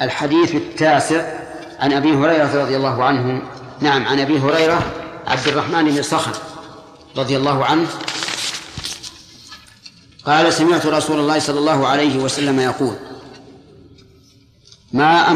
الحديث التاسع عن أبي هريرة رضي الله عنه. نعم، عن أبي هريرة عبد الرحمن بن صخر رضي الله عنه قال: سمعت رسول الله صلى الله عليه وسلم يقول: ما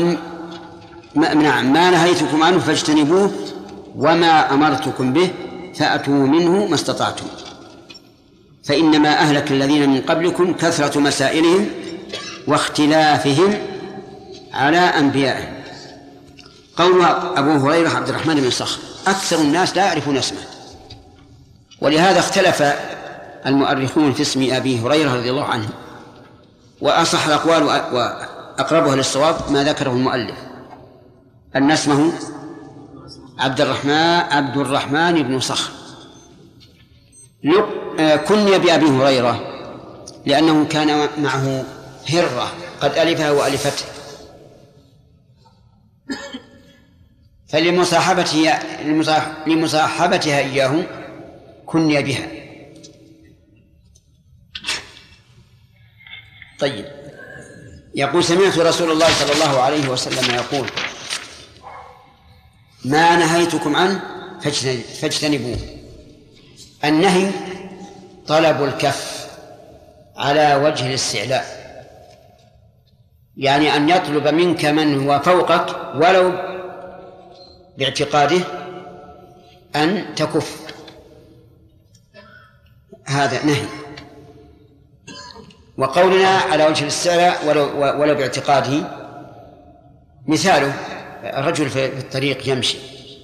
نهيتكم عنه فاجتنبوه، وما أمرتكم به فأتوا منه ما استطعتم، فإنما أهلك الذين من قبلكم كثرة مسائلهم واختلافهم على أنبيائهم. قول أبو هريرة عبد الرحمن بن صخر، أكثر الناس لا يعرفون اسمه، ولهذا اختلف المؤرخون في اسم أبي هريرة رضي الله عنه، وأصح الأقوال وأقربها للصواب ما ذكره المؤلف أن اسمه عبد الرحمن بن صخر. كني بأبي هريرة لأنه كان معه هرة قد ألفها وألفته، فلمصاحبتها إياه كني بها. طيب، يقول: سمعت رسول الله صلى الله عليه وسلم يقول: ما نهيتكم عنه فاجتنبوه. النهي طلب الكف على وجه الاستعلاء، يعني أن يطلب منك من هو فوقك ولو باعتقاده أن تكف، هذا نهي. وقولنا على وجه الاستعلاء ولو باعتقاده، مثاله الرجل في الطريق يمشي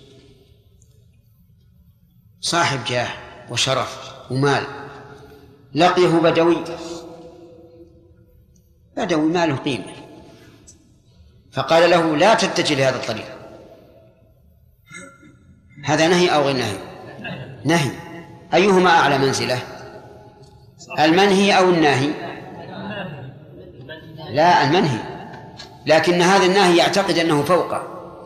صاحب جاه وشرف ومال، لقيه بدوي ماله قيمة، فقال له: لا تتجه لهذا الطريق. هذا نهي أو غير نهي؟ نهي. أيهما أعلى منزلة، المنهي أو الناهي؟ لا، المنهي، لكن هذا النهي يعتقد أنه فوقه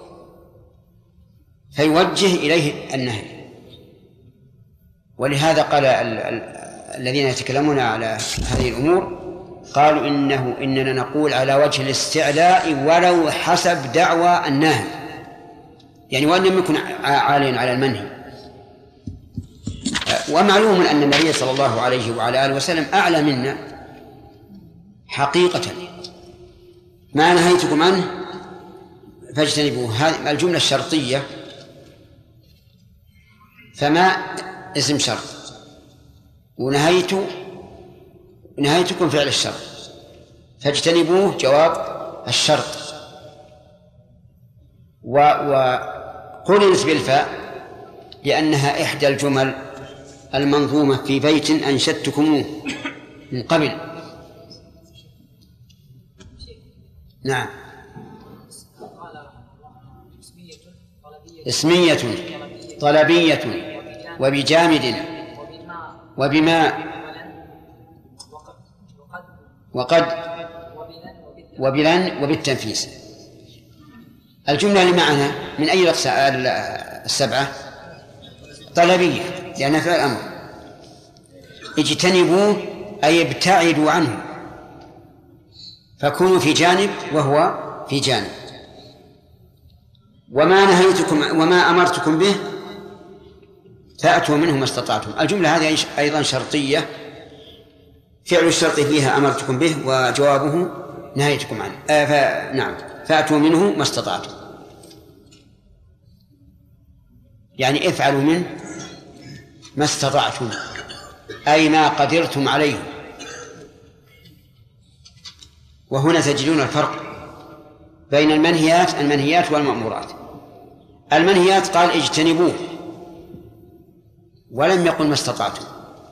فيوجه إليه النهي. ولهذا قال الذين يتكلمون على هذه الأمور قالوا إننا نقول على وجه الاستعلاء ولو حسب دعوى الناهي، يعني وأن لم يكن عاليا على المنهي. ومعلوم أن النبي صلى الله عليه وعلى آله وسلم أعلى منا حقيقة. ما نهيتكم عنه فاجتنبوه، هذه الجملة الشرطية، فما اسم شرط، ونهيتكم فعل الشرط، فاجتنبوه جواب الشرط. وقرنت بالفاء لأنها إحدى الجمل المنظومة في بيت أنشدتكموه من قبل. نعم، اسمية طلبية وبجامد وبماء وقد وبلن وبالتنفيس. الجملة اللي معنا من أي السبعة؟ طلبية، لأنها فعل الأمر. اجتنبوه أي ابتعدوا عنه، فكونوا في جانب وهو في جانب. وما أمرتكم به فأتوا منه ما استطعتم. الجملة هذه أيضا شرطية، فعل الشرط فيها أمرتكم به وجوابه نهيتكم عنه. نعم، فأتوا منه ما استطعتم، يعني افعلوا منه ما استطعتم، أي ما قدرتم عليه. وهنا تجدون الفرق بين المنهيات والمأمورات. المنهيات قال اجتنبوه ولم يقل ما استطعتم،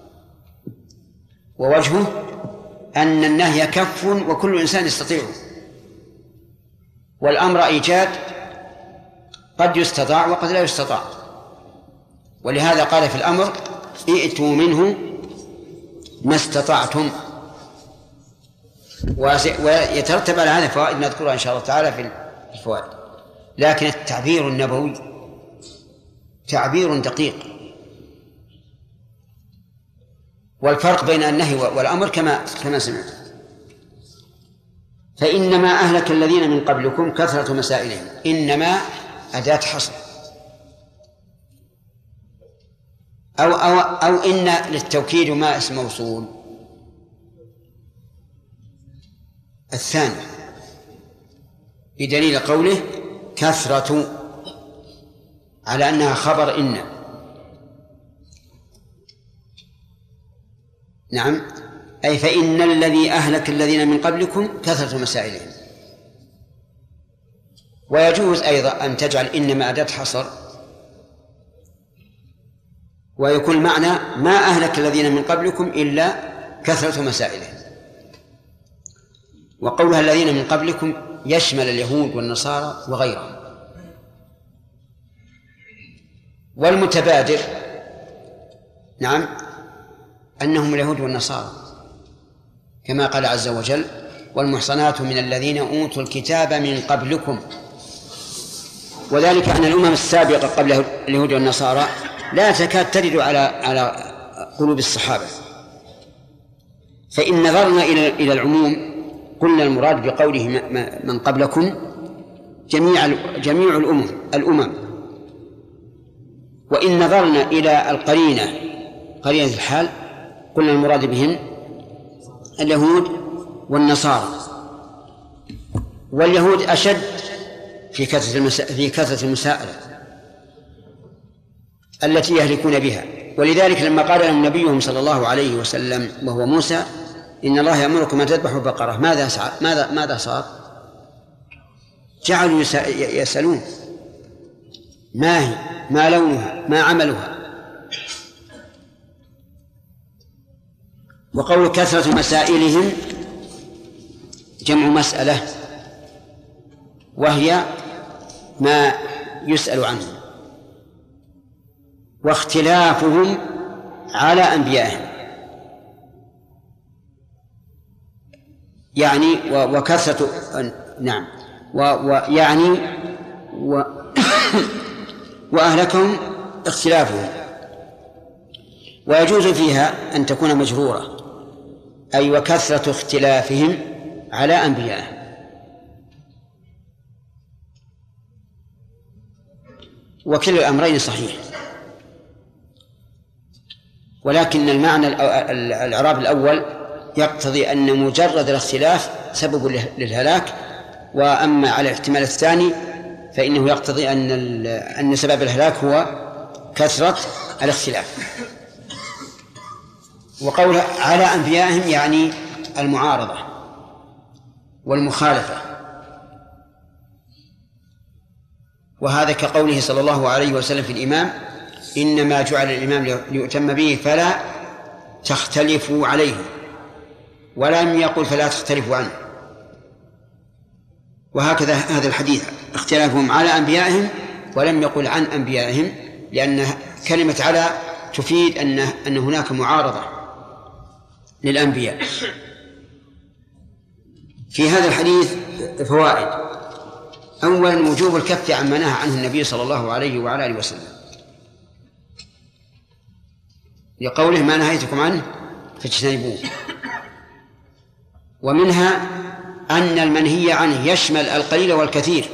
ووجهه أن النهي كف وكل إنسان يستطيعه، والأمر إيجاد قد يستطاع وقد لا يستطاع. ولهذا قال في الأمر: ائتوا منه ما استطعتم. ويترتب على هذا فوائد نذكرها إن شاء الله تعالى في الفوائد. لكن التعبير النبوي تعبير دقيق، والفرق بين النهي والأمر كما سمعت. فإنما أهلك الذين من قبلكم كثرة مسائلهم. إنما أداة حصر، أو إن للتوكيد ما اسم موصول. الثاني بدليل قوله كثرة على أنها خبر إن. نعم، أي فإن الذي أهلك الذين من قبلكم كثرة مسائلهم. ويجوز أيضا أن تجعل إنما أداة حصر ويكون معنى ما أهلك الذين من قبلكم إلا كثرة مسائلهم. وقولها الذين من قبلكم يشمل اليهود والنصارى وغيرهم. والمتبادر نعم أنهم اليهود والنصارى، كما قال عز وجل والمحصنات من الذين أوتوا الكتاب من قبلكم. وذلك أن الأمم السابقة قبل اليهود والنصارى لا تكاد ترد على قلوب الصحابة. فإن نظرنا إلى العموم قلنا المراد بقوله من قبلكم جميع الأمم. وإن نظرنا إلى القرينة قرينة الحال قلنا المراد بهم اليهود والنصارى. واليهود أشد في كثرة المسائلة التي يهلكون بها. ولذلك لما قال لهم نبيهم صلى الله عليه وسلم وهو موسى إن الله يأمركم أن تذبحوا بقرة، ماذا صار؟ جعلوا يسألون ما هي، ما لونها، ما عملها. وقول كثرة مسائلهم جمع مسألة، وهي ما يسأل عنه. واختلافهم على أنبيائهم، يعني وكثرة نعم ويعني وأهلكهم اختلافهم. ويجوز فيها أن تكون مجرورة، أي وكثرة اختلافهم على أنبيائهم. وكلا الأمرين صحيح، ولكن المعنى الإعراب الأول يقتضي أن مجرد الاختلاف سبب للهلاك، وأما على الاحتمال الثاني فإنه يقتضي أن سبب الهلاك هو كثرة الاختلاف. وقول على أنبيائهم يعني المعارضة والمخالفة، وهذا كقوله صلى الله عليه وسلم في الإمام إنما جعل الإمام ليؤتم به فلا تختلفوا عليه، ولم يقل فلا تختلفوا عنه. وهكذا هذا الحديث اختلافهم على أنبيائهم ولم يقل عن أنبيائهم، لأن كلمة على تفيد أن هناك معارضة للأنبياء. في هذا الحديث فوائد: أولا وجوب الكف عما نهى عنه النبي صلى الله عليه وعلى آله وسلم، لقوله ما نهيتكم عنه فاجتنبوه. ومنها أن المنهي عنه يشمل القليل والكثير،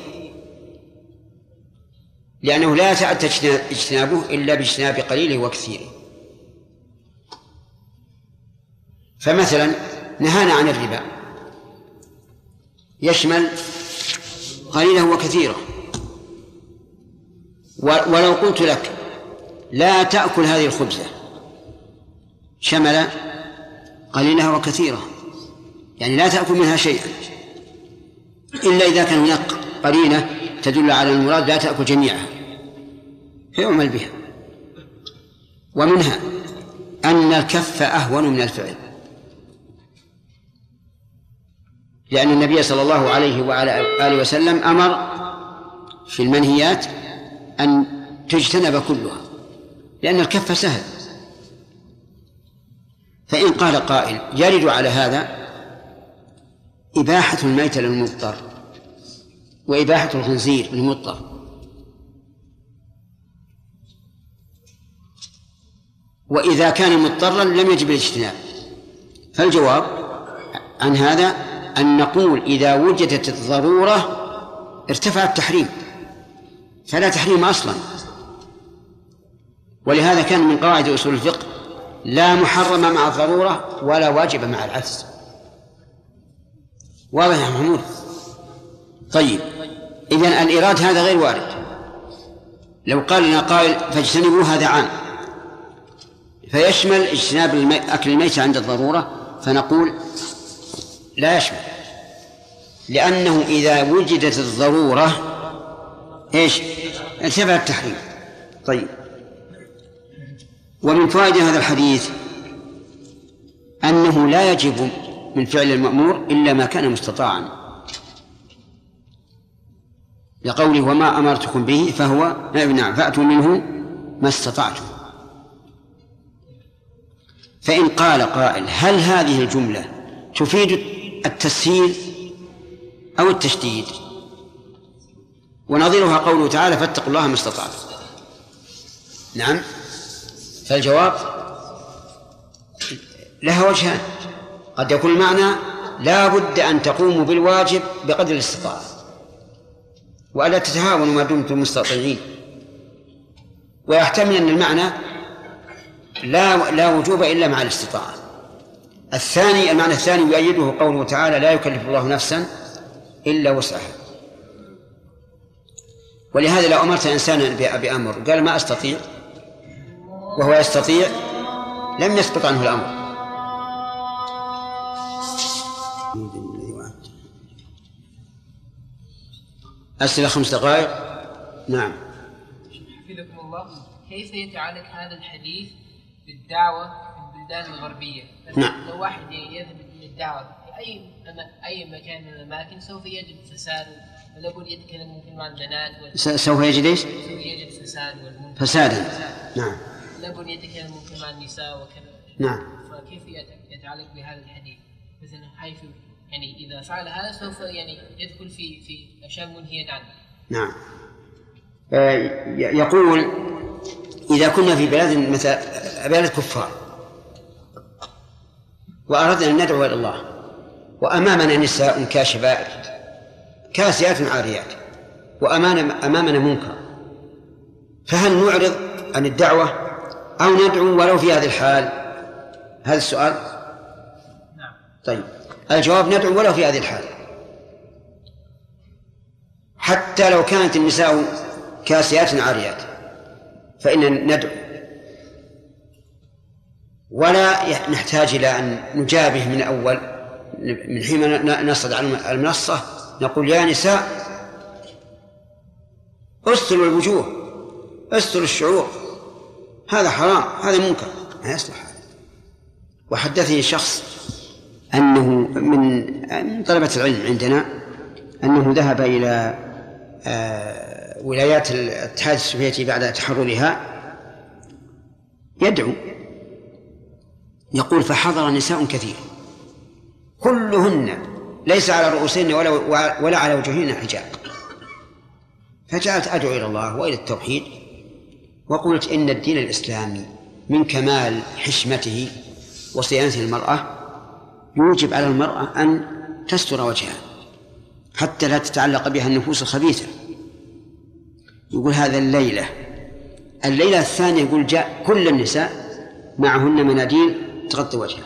لأنه لا يتأتى اجتنابه إلا باجتناب قليله وكثيره. فمثلا نهانا عن الربا يشمل قليله وكثيره. ولو قلت لك لا تأكل هذه الخبزة شمل قليلها وكثيرة، يعني لا تأكل منها شيئا، إلا إذا كان هناك قرينة تدل على المراد لا تأكل جميعها فيعمل بها. ومنها أن الكف أهون من الفعل، لأن النبي صلى الله عليه وعلى آله وسلم أمر في المنهيات أن تجتنب كلها، لأن الكف سهل. فإن قال قائل يرد على هذا إباحة الميتة للمضطر وإباحة الخنزير للمضطر، وإذا كان مضطرا لم يجب الاجتناب. فالجواب عن هذا أن نقول إذا وجدت الضرورة ارتفع التحريم، فلا تحريم أصلا. ولهذا كان من قواعد أصول الفقه لا محرم مع الضرورة ولا واجب مع العجز. واضح يا محمود؟ طيب، إذن الإيراد هذا غير وارد. لو قال لنا قائل فاجتنبوا هذا عام فيشمل اجتناب أكل الميت عند الضرورة، فنقول لا يشمل، لأنه إذا وجدت الضرورة إيش؟ ارتفع التحريم. طيب، ومن فوائد هذا الحديث أنه لا يجب من فعل المأمور إلا ما كان مستطاعا، لقوله وما أمرتكم به فهو نعم فأتوا منه ما استطعتم. فإن قال قائل هل هذه الجملة تفيد التسهيل أو التشديد؟ ونظيرها قوله تعالى فاتقوا الله ما استطعتم. نعم، فالجواب لها وجهان. قد يكون المعنى لا بد أن تقوموا بالواجب بقدر الاستطاعة وألا تتهاونوا ما دمتم مستطيعين، ويحتمل أن المعنى لا وجوب إلا مع الاستطاعة. المعنى الثاني يؤيده قوله تعالى لا يكلف الله نفسا إلا وسعها. ولهذا لو أمرت إنسانا بأمر قال ما أستطيع وهو يستطيع لم يسقط عنه الأمر. أسئلة 5 دقائق. نعم. حفظكم الله، كيف يتعلق هذا الحديث بالدعوة في البلدان الغربية؟ نعم. لو واحد يذهب للدعوة في أي مكان من الأماكن سوف يجد فساد، ولابد يتكلم ممكن مع البنات سوف يجد إيش؟ سوف يجد فساد والمنكر. فسادا. نعم. لابد يتكلم ممكن مع النساء وكذا. نعم. فكيف يتعلق بهذا الحديث؟ مثلا حيث يعني إذا فعل هذا سوف يعني يدخل في أشياء منهية عنه. نعم. يقول إذا كنا في بلاد مثل بلاد كفار وأردنا أن ندعو إلى الله وأمامنا نساء كاشفات كاسيات عاريات وأمامنا منكر، فهل نعرض عن الدعوة أو ندعو ولو في هذه الحال؟ هذا السؤال. نعم. طيب، الجواب ندعو ولو في هذه الحال، حتى لو كانت النساء كاسيات عاريات فإن ندعو، ولا نحتاج إلى أن نجابه من أول. من حين نصعد على المنصة نقول يا نساء استروا الوجوه استروا الشعور، هذا حرام، هذا منكر، ما يصلح هذا. وحدثني شخص أنه من طلبة العلم عندنا أنه ذهب إلى ولايات الاتحاد السوفيتي بعد تحررها يدعو، يقول فحضر نساء كثير كلهن ليس على رؤوسهن ولا على وجوههن حجاب، فجعلت أدعو إلى الله وإلى التوحيد وقلت إن الدين الإسلامي من كمال حشمته وصيانة المرأة يوجب على المرأة أن تستر وجهها حتى لا تتعلق بها النفوس الخبيثة. يقول هذا الليلة الثانية يقول جاء كل النساء معهن مناديل تغطي وجهها،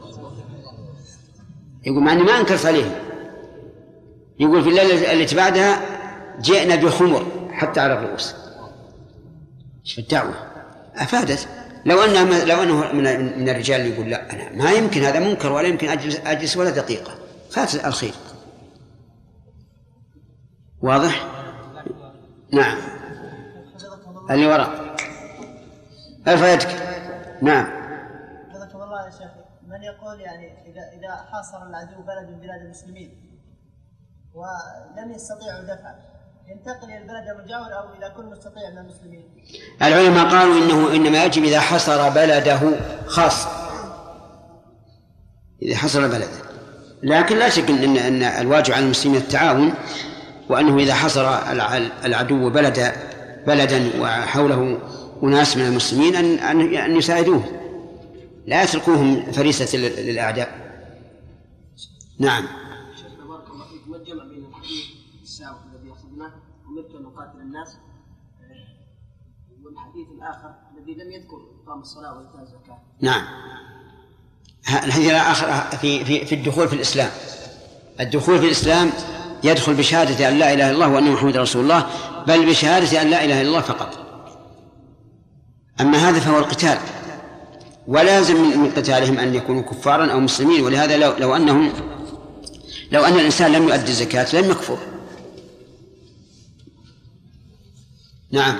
يقول مع أني ما أنكرت عليهم، يقول في الليلة التي بعدها جئنا بخمر حتى على الرؤوس. شوف الدعوة أفادت. لو أنه من الرجال اللي يقول لا أنا ما يمكن هذا منكر ولا يمكن أجلس ولا دقيقة، فات الخير. واضح؟ نعم. اللي وراء ارفع يدك. نعم. حفظكم الله يا شيخ، من يقول يعني إذا حاصر العدو بلد من بلاد المسلمين ولم يستطيعوا دفعه ينتقل إلى البلد المجاور أو إلى كل مستطيع من المسلمين؟ العلماء قالوا إنما يجب إذا حصر بلده خاصة، إذا حصر بلده، لكن لا شك أن الواجب على المسلمين التعاون، وأنه إذا حصر العدو بلدا وحوله أناس من المسلمين أن يساعدوه، لا يتركوهم فريسة للأعداء. نعم. السابق الذي أخذناه أمرت أن أقاتل الناس، والحديث الآخر الذي لم يذكر إقام الصلاة وإيتاء الزكاة. نعم، الحديث الآخر في الدخول في الإسلام. الدخول في الإسلام يدخل بشهادة أن لا إله إلا الله وأن محمد رسول الله، بل بشهادة أن لا إله إلا الله فقط. أما هذا فهو القتال، ولازم من قتالهم أن يكونوا كفارا أو مسلمين. ولهذا لو أن الإنسان لم يؤدي الزكاة لم يكفر. نعم.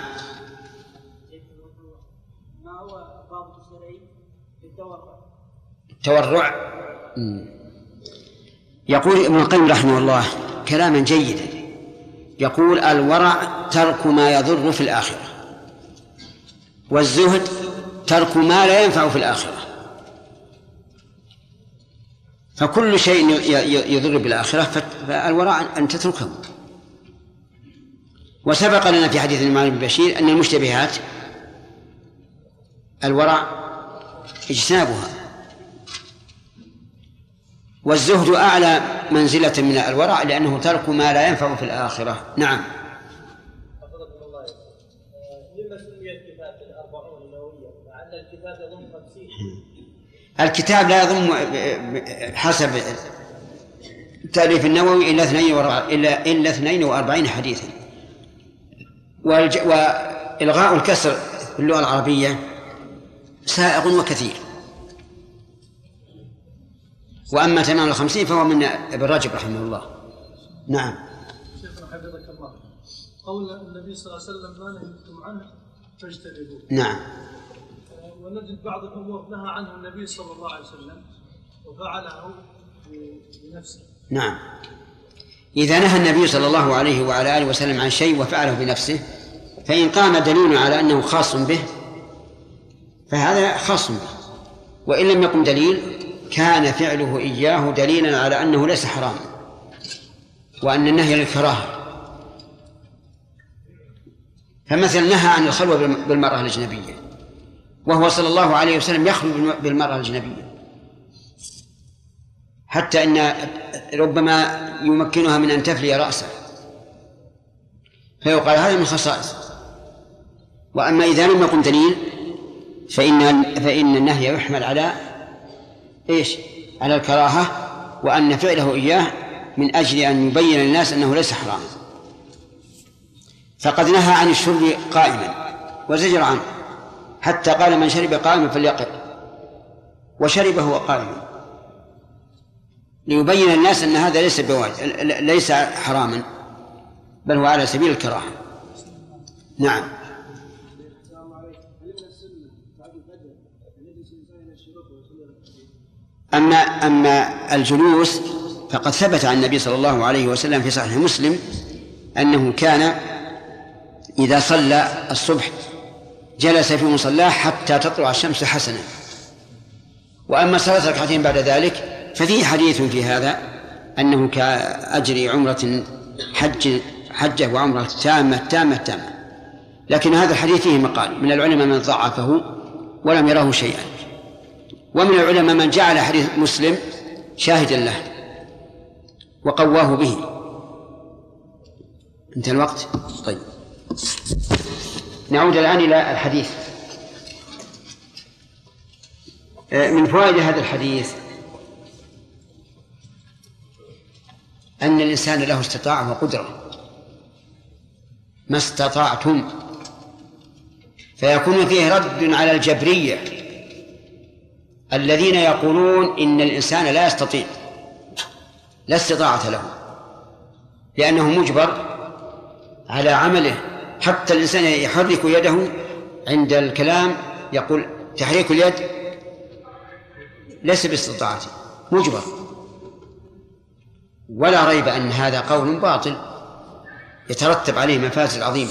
ما هو ضابط الشرعي في التورع؟ يقول ابن القيم رحمه الله كلاما جيدا، يقول: الورع ترك ما يضر في الآخرة، والزهد ترك ما لا ينفع في الآخرة. فكل شيء يضر بالآخرة فالورع أن تتركه. وسبق لنا في حديث النعمان بن بشير أن المشتبهات الورع اجتنابها، والزهد أعلى منزلة من الورع لأنه ترك ما لا ينفع في الآخرة. نعم. لما سمي الكتاب بالأربعون النووية مع أن الكتاب يضم 50؟ الكتاب لا يضم حسب تأليف النووي إلا 42 حديثا. وإلغاء الكسر في اللغة العربية سائغ وكثير. وأما تمام 50 فهو من ابن رجب رحمه الله. نعم. شيخنا حفظك الله، قول النبي صلى الله عليه وسلم: ما نهيتم عنه فاجتنبوه. نعم. ونجد بعض الأمور نهى عنه النبي صلى الله عليه وسلم وفعله بنفسه. نعم. إذا نهى النبي صلى الله عليه وعلى آله وسلم عن شيء وفعله بنفسه، فإن قام دليل على أنه خاص به فهذا خاص به، وإن لم يقم دليل كان فعله إياه دليلا على أنه ليس حراما وأن النهي للكراهة. فمثلا نهى عن الخلوة بالمرأة الأجنبية، وهو صلى الله عليه وسلم يخلو بالمرأة الأجنبية، حتى إن ربما يمكنها من أن تفلي رأسه، فيقال هذا من خصائص. وأما إذا لم يقم دليل فإن النهي يحمل على إيش؟ على الكراهة، وأن فعله إياه من أجل أن يبين للناس أنه ليس حراما. فقد نهى عن الشرب قائما وزجر عنه، حتى قال: من شرب قائما فليقل، وشرب هو قائما، ليبين للناس أن هذا ليس حراما، بل هو على سبيل الكراهة. نعم. أما الجلوس فقد ثبت عن النبي صلى الله عليه وسلم في صحيح مسلم أنه كان إذا صلى الصبح جلس في مصلاه حتى تطلع الشمس حسنا. وأما صلاة ركعتين بعد ذلك ففيه حديث في هذا أنه كأجر عمرة حجة وعمرة تامة، لكن هذا الحديث فيه مقال من العلماء من ضعفه ولم يراه شيئا، ومن العلماء من جعل حديث مسلم شاهدا له وقواه به. انتهى الوقت. طيب، نعود الآن إلى الحديث. من فوائد هذا الحديث أن الإنسان له استطاعة وقدرة، ما استطعتم، فيكون فيه رد على الجبرية الذين يقولون إن الإنسان لا يستطيع، لا استطاعة له، لأنه مجبر على عمله. حتى الإنسان يحرك يده عند الكلام يقول تحريك اليد ليس باستطاعته، مجبر. ولا ريب أن هذا قول باطل يترتب عليه مفاسد عظيمة.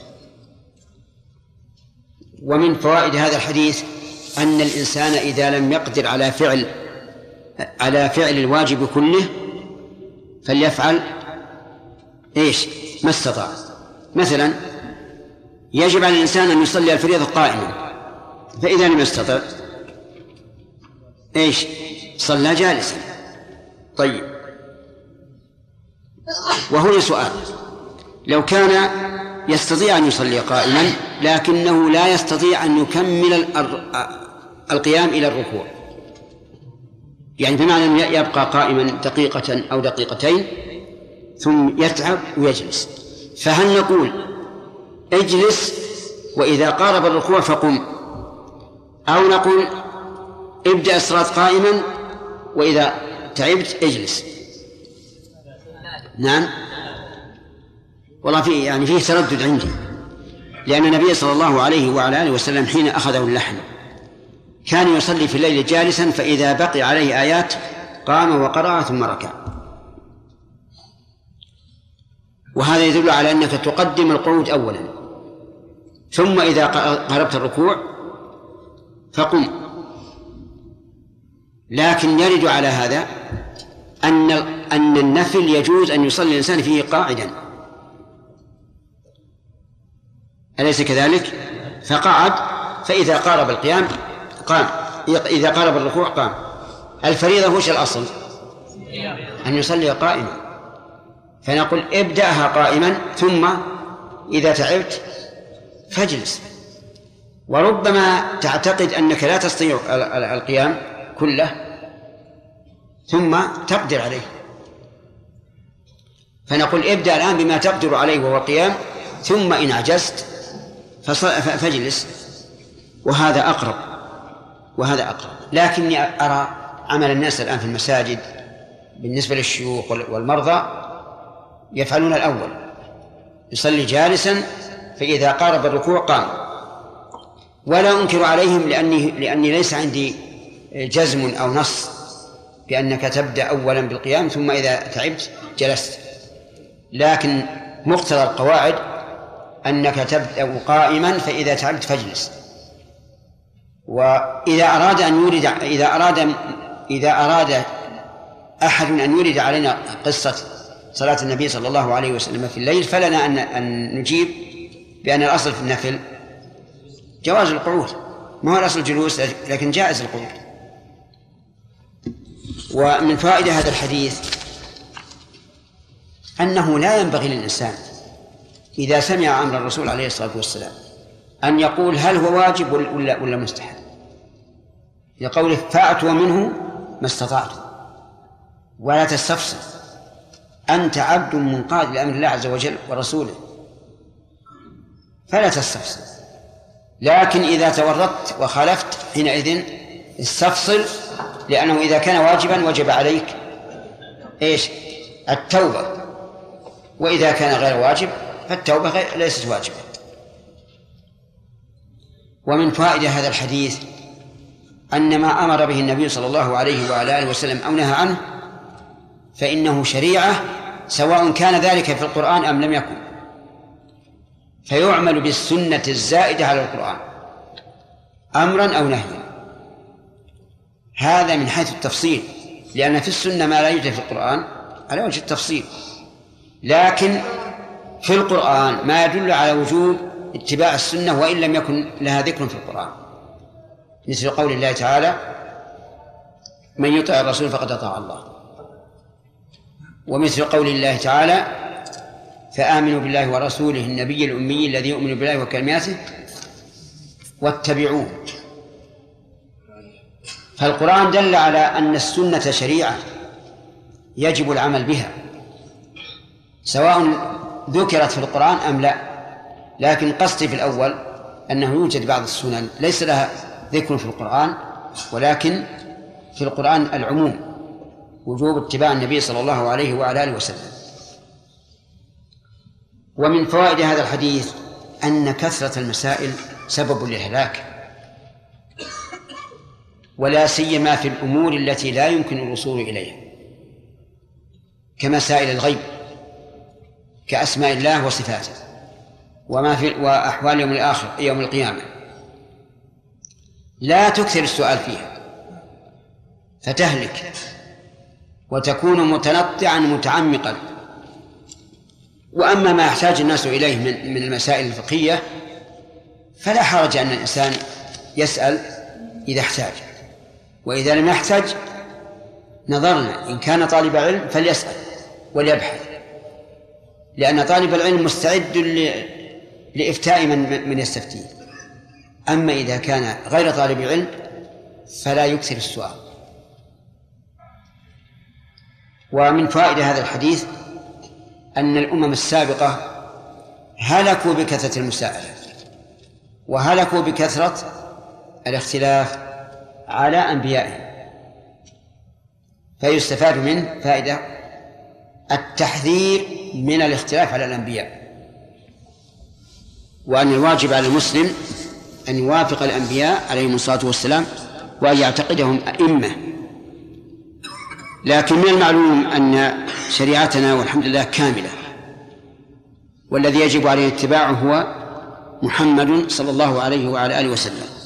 ومن فوائد هذا الحديث أن الإنسان إذا لم يقدر على فعل الواجب كله فليفعل ما استطاع. مثلا يجب على الإنسان أن يصلي الفريضة قائما، فإذا لم يستطع صلى جالسا. طيب، وهنا سؤال: لو كان يستطيع أن يصلي قائما لكنه لا يستطيع أن يكمل القيام إلى الركوع، يعني بمعنى أن يبقى قائما دقيقة أو دقيقتين ثم يتعب ويجلس، فهل نقول اجلس وإذا قارب الركوع فقم، أو نقول ابدأ الصلاة قائما وإذا تعبت اجلس؟ نعم، والله فيه تردد عندي، لأن النبي صلى الله عليه وعلى آله وسلم حين أخذه اللحن كان يصلي في الليل جالسا، فإذا بقي عليه آيات قام وقرأ ثم ركع، وهذا يدل على أنك تقدم القعود أولا، ثم إذا قربت الركوع فقم. لكن يرد على هذا أن النفل يجوز أن يصلي الإنسان فيه قاعدا، أليس كذلك؟ فقعد، فإذا قارب القيام قام، إذا قارب الركوع قام. الفريضة وش الأصل؟ أن يصلي قائما، فنقول ابدأها قائما ثم إذا تعبت فاجلس. وربما تعتقد أنك لا تستطيع القيام كله ثم تقدر عليه، فنقول ابدأ الآن بما تقدر عليه وهو القيام، ثم إن عجزت فاجلس، وهذا أقرب. لكني أرى عمل الناس الآن في المساجد بالنسبة للشيوخ والمرضى يفعلون الأول، يصلي جالسا فإذا قارب الركوع قام، ولا أنكر عليهم لأني ليس عندي جزم أو نص بأنك تبدأ أولا بالقيام ثم إذا تعبت جلست، لكن مقتضى القواعد أنك تبدأ قائما فإذا تعبت فاجلس. وإذا أراد أحد أن يريد علينا قصة صلاة النبي صلى الله عليه وسلم في الليل فلنا أن نجيب بأن الأصل في النفل جواز القعود، ما هو الأصل الجلوس، لكن جائز القعود. ومن فائدة هذا الحديث أنه لا ينبغي للإنسان إذا سمع أمر الرسول عليه الصلاة والسلام أن يقول هل هو واجب ولا مستحب، لقوله فأتوا منه ما استطعتم، ولا تستفسر، أنت عبد منقاد لأمر الله عز وجل ورسوله فلا تستفسر. لكن إذا تورطت وخالفت حينئذ استفصل، لأنه إذا كان واجبا وجب عليك التوبة، وإذا كان غير واجب فالتوبة ليست واجبة. ومن فائدة هذا الحديث أن ما أمر به النبي صلى الله عليه وعلى آله وسلم أو نهى عنه فإنه شريعة، سواء كان ذلك في القرآن أم لم يكن، فيعمل بالسنة الزائدة على القرآن أمرا أو نهيا. هذا من حيث التفصيل، لأن في السنة ما لا يوجد في القرآن على وجه التفصيل، لكن في القرآن ما يدل على وجوب اتباع السنة وإن لم يكن لها ذكر في القرآن، مثل قول الله تعالى من يطع الرسول فقد أطاع الله، ومثل قول الله تعالى فآمنوا بالله ورسوله النبي الأمي الذي يؤمن بالله وكلماته واتبعوه. فالقرآن دل على أن السنة شريعة يجب العمل بها، سواء ذكرت في القرآن أم لا. لكن قصدي في الأول أنه يوجد بعض السنن ليس لها ذكر في القرآن، ولكن في القرآن العموم وجوب اتباع النبي صلى الله عليه وعلى آله وسلم. ومن فوائد هذا الحديث أن كثرة المسائل سبب للهلاك، ولا سيما في الأمور التي لا يمكن الوصول إليها، كمسائل الغيب، كأسماء الله وصفاته، وأحوال يوم الآخر يوم القيامة. لا تكثر السؤال فيها فتهلك وتكون متنطعا متعمقا. وأما ما يحتاج الناس إليه من المسائل الفقهية فلا حرج أن الإنسان يسأل إذا احتاج، وإذا لم يحتاج نظرنا إن كان طالب علم فليسأل وليبحث، لأن طالب العلم مستعد لإفتاء من يستفتيه. أما إذا كان غير طالب علم فلا يكثر السؤال. ومن فائدة هذا الحديث أن الأمم السابقة هلكوا بكثرة المساءلة وهلكوا بكثرة الاختلاف على أنبيائهم، فيستفاد منه فائدة التحذير من الاختلاف على الأنبياء، وأن الواجب على المسلم أن يوافق الأنبياء عليهم الصلاة والسلام وأن يعتقدهم أئمة. لكن من المعلوم أن شريعتنا والحمد لله كاملة، والذي يجب عليه اتباعه هو محمد صلى الله عليه وعلى آله وسلم.